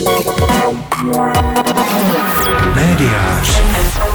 Médiář.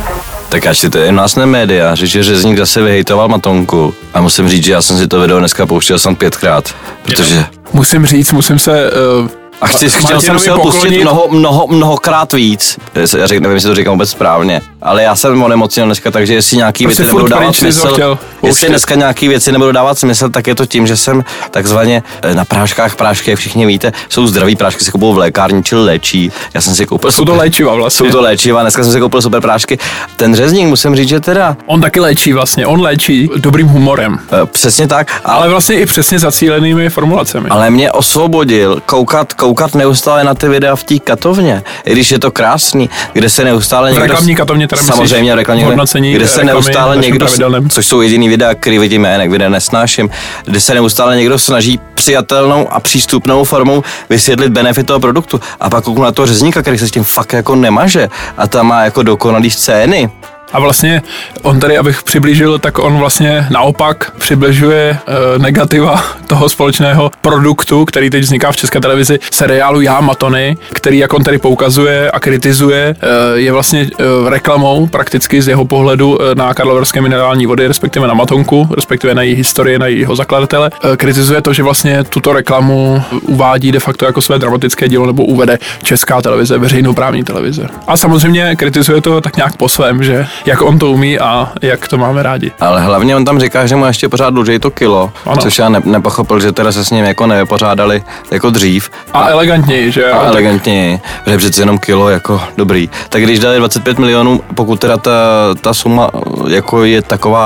Tak já si to je nás médiář, že Řezník zase vyhejtoval Matonku. A musím říct, že já jsem si to video dneska pouštěl jsem 5krát, protože... Musím se... A chtěl jsem si ho pustit mnohokrát víc. Já nevím, jestli to říkám vůbec správně. Ale já jsem onemocněl dneska, takže jestli nějaký věci nebudou dávat smysl, jestli dneska nějaký věci nebudou dávat smysl, tak je to tím, že jsem takzvaně na práškách, prášky, jak všichni víte, jsou zdraví prášky, se kupují v lékárně, čili léčí. Já jsem si koupil Jsou to léčiva vlastně. Jsou to léčiva, dneska jsem si koupil super prášky. Ten Řezník, musím říct, že teda... On taky léčí vlastně, on léčí dobrým humorem. Přesně tak. Ale vlastně i přesně zacílenými formulacemi. Ale mě osvobodil koukat neustále na ty videa v té katovně, i když je to krásný, kde se neustále někdo... V reklamní katovně teda samozřejmě hodnocení, kde se neustále někdo, což jsou jediný videa, který vidíme, jinak videa nesnáším, kde se neustále někdo snaží přijatelnou a přístupnou formou vysvětlit benefit toho produktu. A pak kouknu na toho Řezníka, který se s tím fakt jako nemaže a tam má jako dokonalý scény. A vlastně on tady, abych přiblížil, tak on vlastně naopak přibližuje negativa toho společného produktu, který teď vzniká v České televizi, seriálu Já, Matony, který, jak on tady poukazuje a kritizuje, je vlastně reklamou prakticky z jeho pohledu na karlovarské minerální vody, respektive na Matonku, respektive na její historii, na jejího zakladatele. Kritizuje to, že vlastně tuto reklamu uvádí de facto jako své dramatické dílo nebo uvede Česká televize, veřejnoprávní televize. A samozřejmě kritizuje to tak nějak po svém, že jak on to umí a jak to máme rádi. Ale hlavně on tam říká, že mu ještě pořád dluží to kilo, ano. Což já nepochopil, že teda se s ním jako nevypořádali jako dřív. A elegantněji, že? A elegantněji, protože přece jenom kilo jako dobrý. Tak když dali 25 milionů, pokud teda ta suma jako je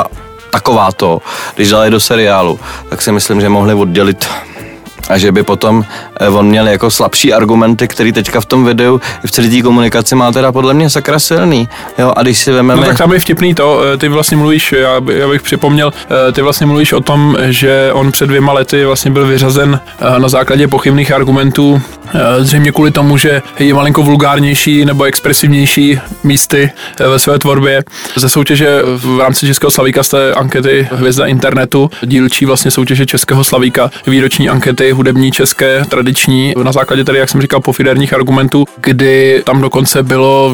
takováto, když dali do seriálu, tak si myslím, že mohli oddělit a že by potom on měl jako slabší argumenty, který teďka v tom videu i v celé té komunikaci má teda podle mě sakra silný. Jo, a když si vememe... No tak tam je vtipný to, ty vlastně mluvíš, já bych připomněl, ty vlastně mluvíš o tom, že on před 2 lety vlastně byl vyřazen na základě pochybných argumentů, zřejmě kvůli tomu, že je malinko vulgárnější nebo expresivnější místy ve své tvorbě. Ze soutěže v rámci Českého slavíka z té ankety Hvězda internetu, dílčí vlastně soutěže Českého slavíka, výroční ankety hudební české, tradiční, na základě tady, jak jsem říkal, pofidérních argumentů, kdy tam dokonce bylo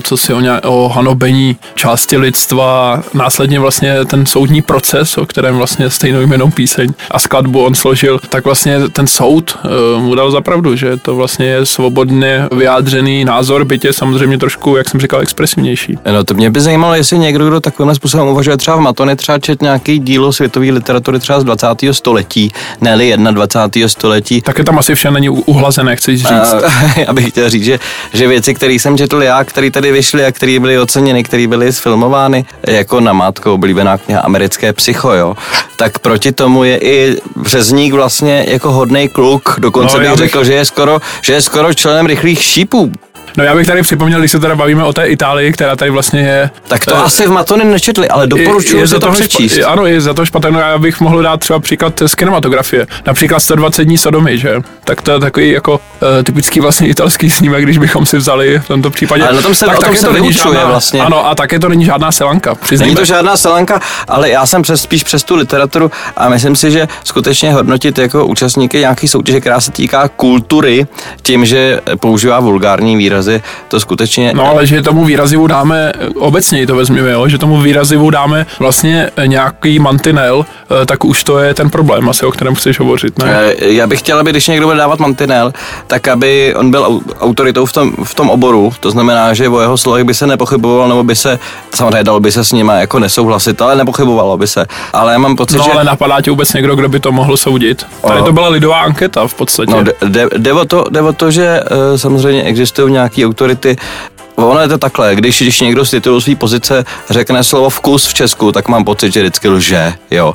o hanobení části lidstva, následně vlastně ten soudní proces, o kterém vlastně stejnojmennou píseň a skladbu on složil, tak vlastně ten soud mu dal za pravdu, že to vlastně je svobodně vyjádřený názor, byť je samozřejmě trošku, jak jsem říkal, expresivnější. No to mě by zajímalo, jestli někdo, kdo takovým způsobem uvažuje třeba v Matony, třeba čet nějaký dílo světové literatury třeba z 20. století, ne-li 21. století. Také tam asi vše není uhlazené, chci říct. Já bych chtěl říct, že věci, které jsem četl já, které tady vyšly a které byly oceněny, které byly sfilmovány, jako namátkou oblíbená kniha Americké psycho, jo, tak proti tomu je i Řezník vlastně jako hodnej kluk, dokonce bych řekl, že je skoro členem Rychlých šípů. No já bych tady připomněl, když se teda bavíme o té Itálii, která tady vlastně je... Tak to asi v Matony nečetli, ale doporučuji si to přečíst. Ano, je za to špatné, no já bych mohl dát třeba příklad z kinematografie. Například 120 dní Sodomy, že? Tak to je takový jako typický vlastně italský snímek, když bychom si vzali v tomto případě. Ale na tom se vyučuje vlastně. Ano, a také to není žádná selanka, přizníme. Není to žádná selanka, ale já jsem spíš přes tu literaturu a myslím si, že skutečně hodnotit jako účastníky nějaký soutěže, která se týká kultury, tím, že používá vulgární výrazy, to skutečně... No ale že tomu výrazivu dáme, obecně to vezměme, jo, že tomu výrazivu dáme vlastně nějaký mantinel, tak už to je ten problém asi, o kterém chceš hovořit, ne? Já bych chtěl, aby když někdo bude dávat mantinel, tak aby on byl autoritou v tom oboru, to znamená, že o jeho slovech by se nepochyboval, nebo by se, samozřejmě dalo by se s nimi jako nesouhlasit, ale nepochybovalo by se. Ale já mám pocit, ale napadá tě vůbec někdo, kdo by to mohl soudit? Tady to byla lidová anketa v podstatě. No, jde o to, že samozřejmě existují nějaké autority. Ono je to takhle, když někdo z titulu své pozice řekne slovo vkus v Česku, tak mám pocit, že vždycky lže, jo.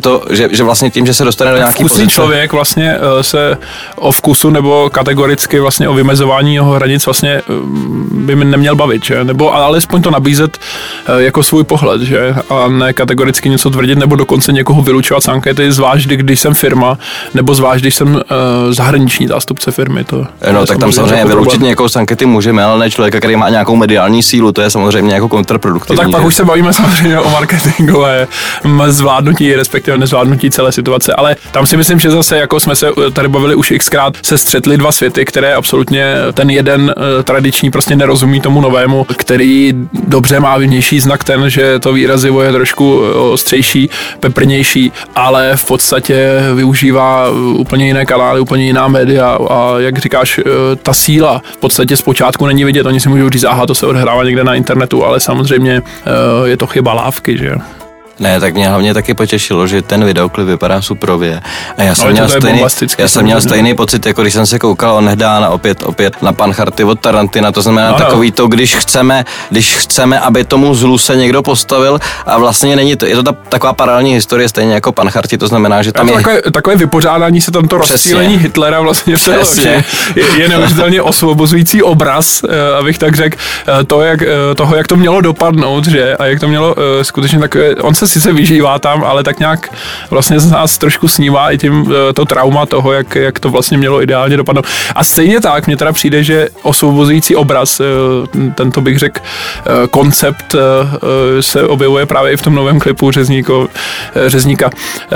Že vlastně tím, že se dostane do nějaký pozice... člověk vlastně se o vkusu nebo kategoricky vlastně o vymezování jeho hranic vlastně by mi neměl bavit, že? Nebo alespoň to nabízet jako svůj pohled, že? A ne kategoricky něco tvrdit nebo dokonce někoho vylučovat z ankety, zvlášť když jsem firma, nebo zvlášť když jsem zahraniční zástupce firmy. No tak tam samozřejmě vyloučit někoho z ankety můžeme, ale ne člověka, který má má nějakou mediální sílu, to je samozřejmě jako kontraproduktivní. No tak pak už se bavíme samozřejmě o marketingové zvládnutí, respektive nezvládnutí celé situace, ale tam si myslím, že zase jako jsme se tady bavili už xkrát, se střetly dva světy, které absolutně ten jeden tradiční prostě nerozumí tomu novému, který dobře má vnější znak ten, že to výrazivo je trošku ostřejší, peprnější, ale v podstatě využívá úplně jiné kanály, úplně jiná média a jak říkáš, ta síla v podstatě zpočátku není vidět, oni si můžou říct, aha, to se odhrává někde na internetu, ale samozřejmě je to chyba lávky, že jo. Ne, tak mě hlavně taky potěšilo, že ten videoklip vypadá suprově. A já jsem měl stejný pocit, jako když jsem se koukal onehdána opět na Pancharty od Tarantina, to znamená takový to, když chceme, aby tomu zlu se někdo postavil a vlastně není to, je to taková paralelní historie stejně jako Pancharty, to znamená, že tam takové vypořádání se tam to rozstřílení Hitlera vlastně v té loži je neuvěřitelně osvobozující obraz, abych tak řekl, toho, jak to mělo dopadnout, že? A jak to mělo skutečně takové, on se sice vyžívá tam, ale tak nějak vlastně z nás trošku snívá i tím to trauma toho, jak to vlastně mělo ideálně dopadnout. A stejně tak mně teda přijde, že osvobozující obraz, tento bych řekl koncept se objevuje právě i v tom novém klipu Řezníka,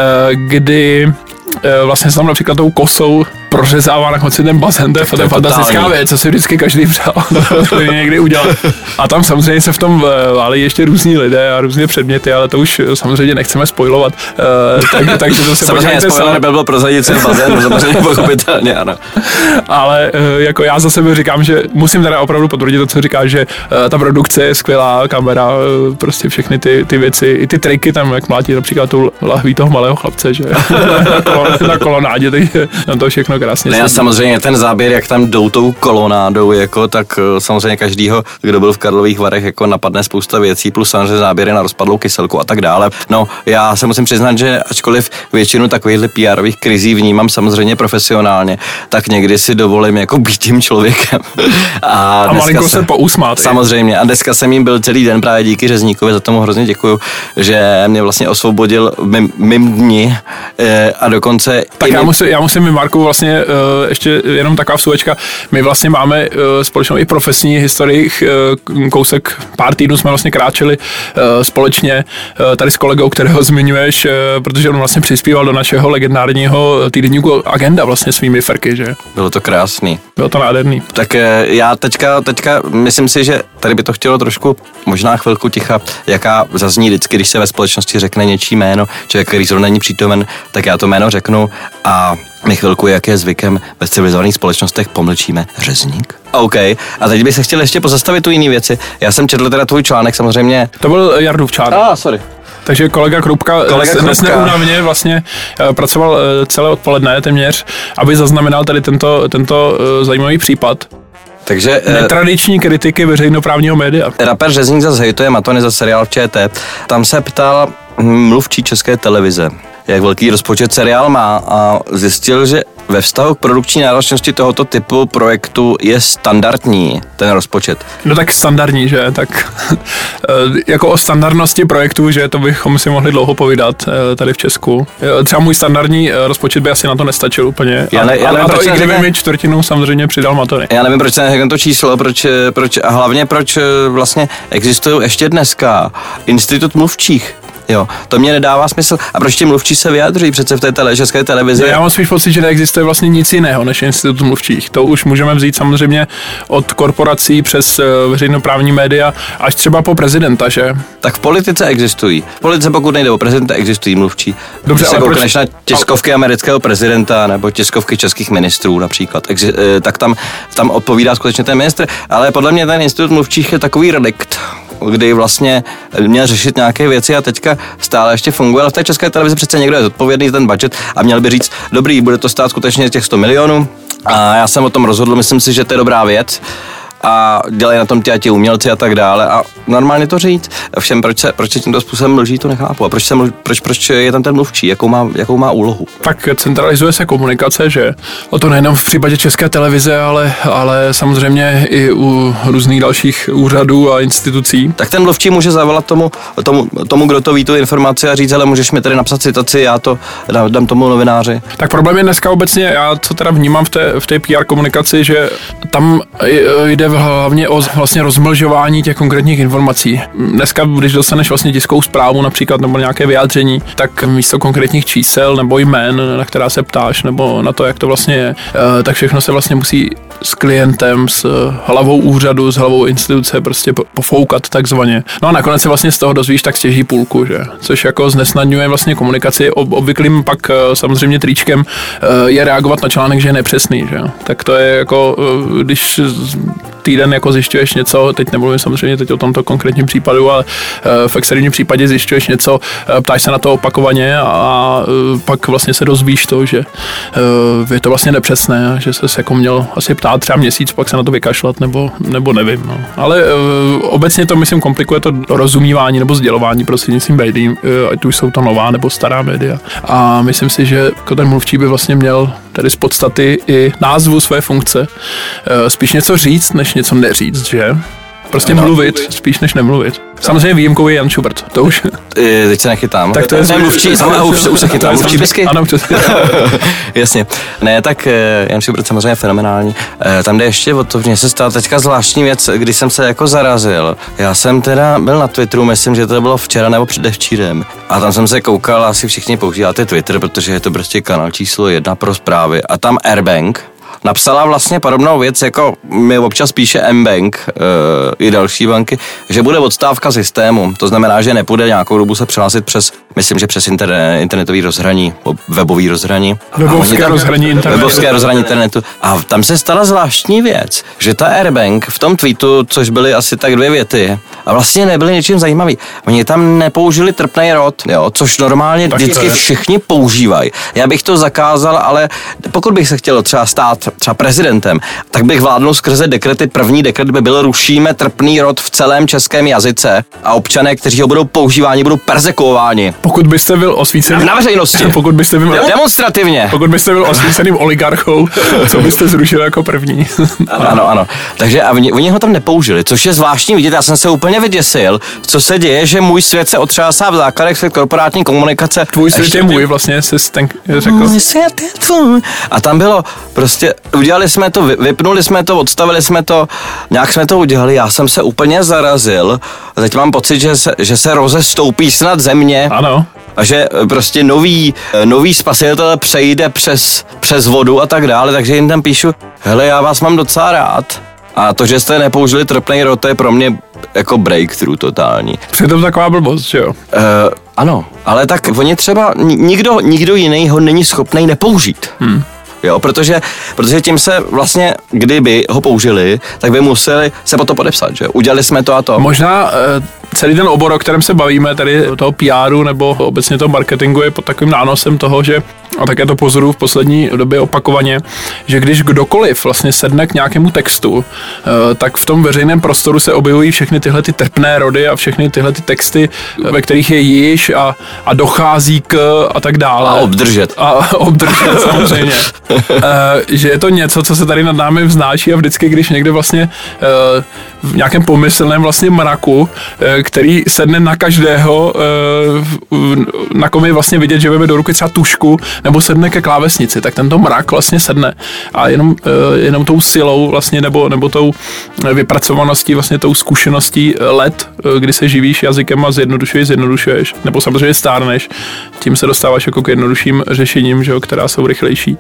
kdy vlastně se tam například tou kosou prořezává na konci ten bazén, to je fantastická věc, co si vždycky každý přál někdy udělat. A tam samozřejmě se v tom válí ještě různí lidé a různé předměty, ale to už samozřejmě nechceme spoilovat. Takže to se samozřejmě spoiler nebyl prozradit celý bazén, samozřejmě pochopitelně, ano. Ale jako já za sebe říkám, že musím teda opravdu potvrdit to, co říkáš, že ta produkce je skvělá, kamera, prostě všechny ty věci, i ty triky tam, jak mlátí například tu lahví toho malého chlapce, že na kolonádě, takže tam to všechno krásně. Ne, a samozřejmě ten záběr, jak tam jdou tou kolonádou, jako, tak samozřejmě každýho, kdo byl v Karlových Varech, jako napadne spousta věcí, plus samozřejmě záběry na rozpadlou kyselku a tak dále. No, já se musím přiznat, že ačkoliv většinu takovýchhle PR-ových krizí vnímám samozřejmě profesionálně, tak někdy si dovolím jako být tím člověkem. A malinko se pousmát. Samozřejmě. A dneska jsem jim byl celý den právě díky Řezníkovi, za tomu hrozně děkuju, že mě vlastně osvobodil mým dni a dokonce... Tak já musím Marku vlastně ještě jenom taková vsuvečka. My vlastně máme společnou i profesní historii, kousek, pár týdnů jsme vlastně kráčeli společně tady s kolegou, kterého zmiňuješ, protože on vlastně přispíval do našeho legendárního týdenníku Agenda vlastně svými ferky, že? Bylo to krásný. Bylo to nádherný. Tak já teďka myslím si, že tady by to chtělo trošku, možná chvilku ticha, jaká zazní vždycky, když se ve společnosti řekne něčí jméno, člověk, který zrovna není přítomen, tak já to jméno řeknu a my chvilku, jak je zvykem ve civilizovaných společnostech, pomlčíme Řezník. OK, a teď bych se chtěl ještě pozastavit tu jiný věci. Já jsem četl teda tvůj článek samozřejmě. To byl Jardův článek. Sorry. Takže kolega Krupka dnes neúnavně vlastně pracoval celé odpoledne téměř, aby zaznamenal tady tento zajímavý případ. Takže netradiční kritiky veřejnoprávního média. Rapper Řezník zase hejtuje Matony za seriál v ČT. Tam se ptal mluvčí České televize, jak velký rozpočet seriál má a zjistil, že ve vztahu k produkční náročnosti tohoto typu projektu je standardní ten rozpočet. No tak standardní, že? Tak jako o standardnosti projektu, že to bychom si mohli dlouho povídat tady v Česku. Třeba můj standardní rozpočet by asi na to nestačil úplně. A to i kdyby mi čtvrtinu samozřejmě přidal Matony. Já nevím, proč se neřekne to číslo, proč a hlavně proč vlastně existují ještě dneska institut mluvčích. Jo, to mě nedává smysl. A proč ti mluvčí se vyjadřují přece v té České televizi? Já mám spíš pocit, že neexistuje vlastně nic jiného než institut mluvčích. To už můžeme vzít samozřejmě od korporací přes veřejnoprávní média až třeba po prezidenta, že? Tak v politice existují. V politice, pokud nejde o prezidenta, existují mluvčí. Dobře, ale koukneš na tiskovky amerického prezidenta nebo tiskovky českých ministrů například, tak tam odpovídá skutečně ten ministr. Ale podle mě ten institut mluvčích je takový relikt, kdy vlastně měl řešit nějaké věci a teďka stále ještě funguje, ale v té České televizi přece někdo je zodpovědný za ten budget a měl by říct, dobrý, bude to stát skutečně těch 100 milionů a já jsem o tom rozhodl, myslím si, že to je dobrá věc a dělají na tom ti umělci a tak dále a normálně to říct. Všem, proč se tímto způsobem mlží, to nechápu. A proč je tam ten mluvčí, jakou má úlohu? Tak centralizuje se komunikace, že o to nejenom v případě České televize, ale samozřejmě i u různých dalších úřadů a institucí. Tak ten mluvčí může zavolat tomu, kdo to ví tu informaci a říct, hele, můžeš mi tady napsat citaci, já to dám tomu novináři. Tak problém je dneska obecně, já co teda vnímám v té PR komunikaci, že tam jde hlavně o vlastně rozmlžování těch konkrétních informací. Dneska, když dostaneš vlastně tiskovou zprávu například nebo nějaké vyjádření, tak místo konkrétních čísel nebo jmén, na která se ptáš, nebo na to, jak to vlastně je, tak všechno se vlastně musí s klientem, s hlavou úřadu, s hlavou instituce prostě pofoukat takzvaně. No a nakonec se vlastně z toho dozvíš tak stěží půlku, že? Což jako znesnadňuje vlastně komunikaci. Obvyklým pak samozřejmě tričkem je reagovat na článek, že je nepřesný, že? Tak to je jako, když týden jako zjišťuješ něco, teď nemluvím samozřejmě teď o tomto konkrétním případu, ale v extrémním případě zjišťuješ něco, ptáš se na to opakovaně a pak vlastně se dozvíš to, že je to vlastně nepřesné, že ses jako měl asi ptát třeba měsíc, pak se na to vykašlat, nebo nevím. No. Ale obecně to, myslím, komplikuje to rozumívání nebo sdělování prostřednictvím médií, ať už jsou to nová nebo stará média. A myslím si, že jako ten mluvčí by vlastně měl tady z podstaty i názvu své funkce spíš něco říct, než něco neříct, že? Prostě mluvit, spíš než nemluvit. Samozřejmě výjimkou je Jan Schubert, to už. Teď se nechytám. Tak to je mluvčí, už se chytám. Mluvčí bisky? Ano, přesně. Jasně. Ne, tak Jan Schubert samozřejmě fenomenální. Tam jde ještě o to, mně se stala teďka zvláštní věc, když jsem se jako zarazil. Já jsem teda byl na Twitteru, myslím, že to bylo včera nebo předevčírem. A tam jsem se koukal, asi všichni používáte Twitter, protože je to prostě kanál číslo 1 pro zprávy. A tam Airbank napsala vlastně podobnou věc, jako mi občas píše mBank i další banky, že bude odstávka systému. To znamená, že nepůjde nějakou dobu se přihlásit přes, myslím, že přes internetový rozhraní, webový rozhraní. Webovské rozhraní internetu. A tam se stala zvláštní věc, že ta Airbank v tom tweetu, což byly asi tak 2 věty, a vlastně nebyly něčím zajímavý. Oni tam nepoužili trpnej rod, jo, což normálně vždycky všichni používají. Já bych to zakázal, ale pokud bych se chtěl třeba stát třeba prezidentem, tak bych vládnul skrze dekrety. První dekret by byl: rušíme trpný rod v celém českém jazyce a občané, kteří ho budou používáni, budou perzekuováni. Pokud byste byl osvícený na veřejnosti. Pokud byste byl demonstrativně. Pokud byste byl osvíceným oligarchou, co byste zrušil jako první? Ano. Takže a oni ho tam nepoužili, což je zvláštní vidět. Já jsem se úplně vyděsil, co se děje, že můj svět se otřásá v základech svět korporátní komunikace. Tvůj svět je můj, vlastně jsi řekl. Můj svět je tvůj. A tam bylo prostě, udělali jsme to, vypnuli jsme to, odstavili jsme to, nějak jsme to udělali, já jsem se úplně zarazil. A teď mám pocit, že se rozestoupí snad země. Ano. A že prostě nový spasitel přejde přes vodu a tak dále, takže jim tam píšu: hele, já vás mám docela rád. A to, že jste nepoužili trpnej rod, to je pro mě jako breakthrough totální. Přitom taková blbost, že jo? Ano, ale tak oni třeba, nikdo jiný ho není schopný nepoužít. Jo, protože tím se vlastně, kdyby ho použili, tak by museli se po to podepsat, že udělali jsme to a to. Možná celý ten obor, o kterém se bavíme, tady toho PRu nebo obecně toho marketingu, je pod takovým nánosem toho, že, a také to pozoruju v poslední době opakovaně, že když kdokoliv vlastně sedne k nějakému textu, tak v tom veřejném prostoru se objevují všechny tyhle ty trpné rody a všechny tyhle ty texty, ve kterých je již a dochází k a tak dále. A obdržet samozřejmě. Že je to něco, co se tady nad námi vznáší a vždycky, když někde vlastně v nějakém pomyslném vlastně mraku, který sedne na každého, na kom je vlastně vidět, že veme do ruky třeba tušku nebo sedne ke klávesnici, tak tento mrak vlastně sedne a jenom tou silou vlastně nebo tou vypracovaností, vlastně tou zkušeností let, kdy se živíš jazykem a zjednodušuješ, nebo samozřejmě stárneš, tím se dostáváš jako k jednodušším řešením, že jo, která jsou rychlejší.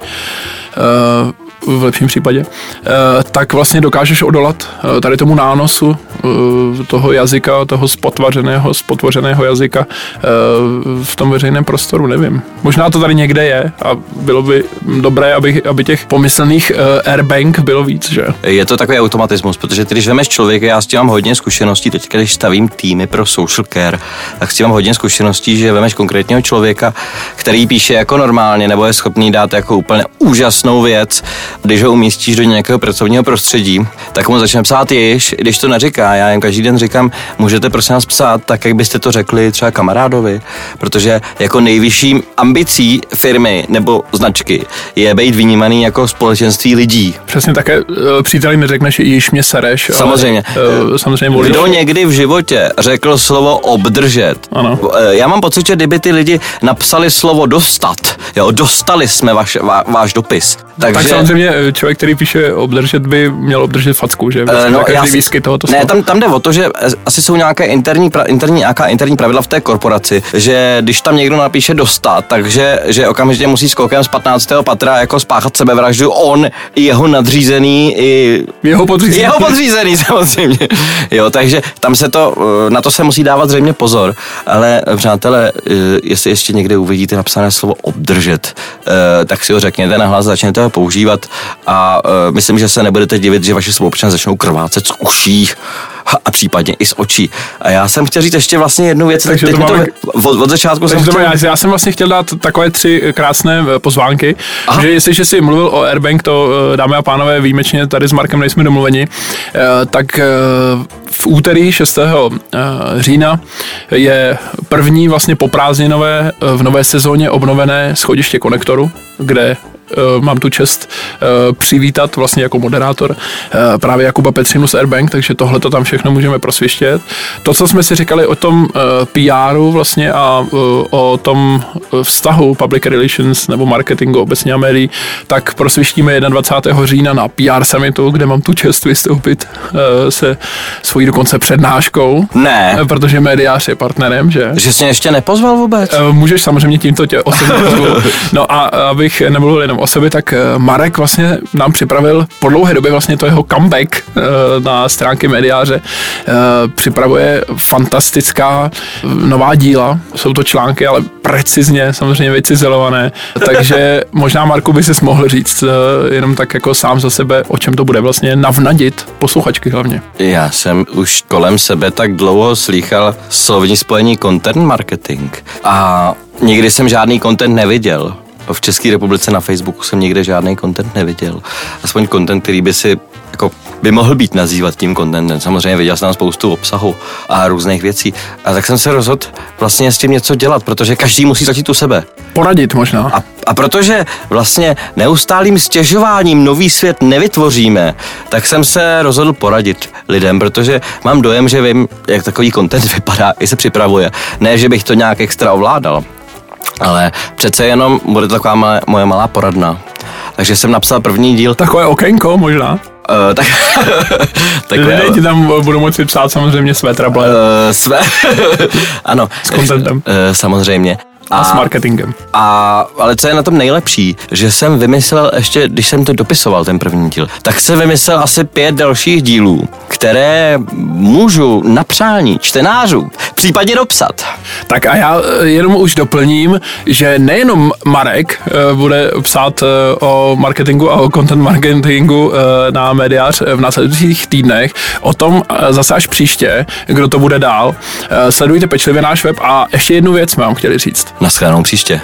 V lepším případě, tak vlastně dokážeš odolat tady tomu nánosu toho jazyka, toho spotvořeného jazyka v tom veřejném prostoru, nevím. Možná to tady někde je a bylo by dobré, aby těch pomyslných Airbank bylo víc, že? Je to takový automatismus, protože ty, když vemeš člověka, já s tím mám hodně zkušeností, teď když stavím týmy pro social care, tak s tím mám hodně zkušeností, že vemeš konkrétního člověka, který píše jako normálně, nebo je schopný dát jako úplně úžasnou věc. Když ho umístíš do nějakého pracovního prostředí, tak mu začne psát již, když to neříká a já jim každý den říkám, můžete prosím nás psát tak, jak byste to řekli třeba kamarádovi, protože jako nejvyšší ambicí firmy nebo značky je být vnímaný jako společenství lidí. Přesně také příteli neřekneš, již mě sereš. Samozřejmě. Samozřejmě volíš. Kdo někdy v životě řekl slovo obdržet? Ano. Já mám pocit, že kdyby ty lidi napsali slovo dostat, jo, dostali jsme váš dopis. Tak samozřejmě člověk, který píše obdržet, by měl obdržet facku, že? Každý výskyt tohoto slova. Ne, tam jde o to, že asi jsou nějaké interní pravidla v té korporaci, že když tam někdo napíše dostat, takže že okamžitě musí skokem z 15. patra jako spáchat sebevraždu on i jeho nadřízený i jeho podřízený samozřejmě. Jo, takže tam na to se musí dávat zřejmě pozor, ale přátelé, jestli ještě někde uvidíte napsané slovo obdržet, tak si ho řekněte nahlas, začněte ho používat a myslím, že se nebudete divit, že vaši spoluobčané začnou krvácet z uší a případně i z očí. A já jsem chtěl říct ještě vlastně jednu věc, takže od začátku jsem chtěl... Já jsem vlastně chtěl dát takové 3 krásné pozvánky, že jestliže jsi mluvil o Airbank, to dámy a pánové výjimečně tady s Markem nejsme domluveni, tak v úterý 6. října je první vlastně poprázdninové v nové sezóně obnovené schodiště Konektoru, kde mám tu čest přivítat vlastně jako moderátor právě Jakuba Petřinu z Airbank, takže tohle to tam všechno můžeme prosvištět. To, co jsme si říkali o tom PRu vlastně a o tom vztahu public relations nebo marketingu obecně a médií, tak prosvištíme 21. října na PR summitu, kde mám tu čest vystoupit se svojí dokonce přednáškou. Ne. Protože médiář je partnerem, že? Že jsi mě ještě nepozval vůbec? Můžeš samozřejmě tímto tě osobně pozvat. No a abych nemluvil jenom o sobě, tak Marek vlastně nám připravil po dlouhé době vlastně to jeho comeback na stránky médiáře. Připravuje fantastická nová díla, jsou to články, ale precizně samozřejmě vycizelované, takže možná Marku by ses mohl říct jenom tak jako sám za sebe, o čem to bude vlastně navnadit posluchačky hlavně. Já jsem už kolem sebe tak dlouho slýchal slovní spojení content marketing a nikdy jsem žádný content neviděl. V České republice na Facebooku jsem nikde žádný content neviděl. Aspoň content, který by mohl být nazývat tím contentem. Samozřejmě viděl jsem tam spoustu obsahu a různých věcí. A tak jsem se rozhodl vlastně s tím něco dělat, protože každý musí začít u sebe. Poradit možná. A protože vlastně neustálým stěžováním nový svět nevytvoříme, tak jsem se rozhodl poradit lidem, protože mám dojem, že vím, jak takový content vypadá i se připravuje. Ne, že bych to nějak extra ovládal. Ale přece jenom bude to taková moje malá poradna. Takže jsem napsal první díl. Takové okénko možná? Lidé ti tam budou moci psát samozřejmě své trable. Ano. S contentem. Samozřejmě. A s marketingem. Ale co je na tom nejlepší, že jsem vymyslel ještě, když jsem to dopisoval, ten první díl, tak jsem vymyslel asi 5 dalších dílů, které můžu na přání čtenářů případně dopsat. Tak a já jenom už doplním, že nejenom Marek bude psát o marketingu a o content marketingu na médiář v následujících týdnech, o tom zase až příště, kdo to bude dál. Sledujte pečlivě náš web a ještě jednu věc jsme vám chtěli říct. Naschledanou příště.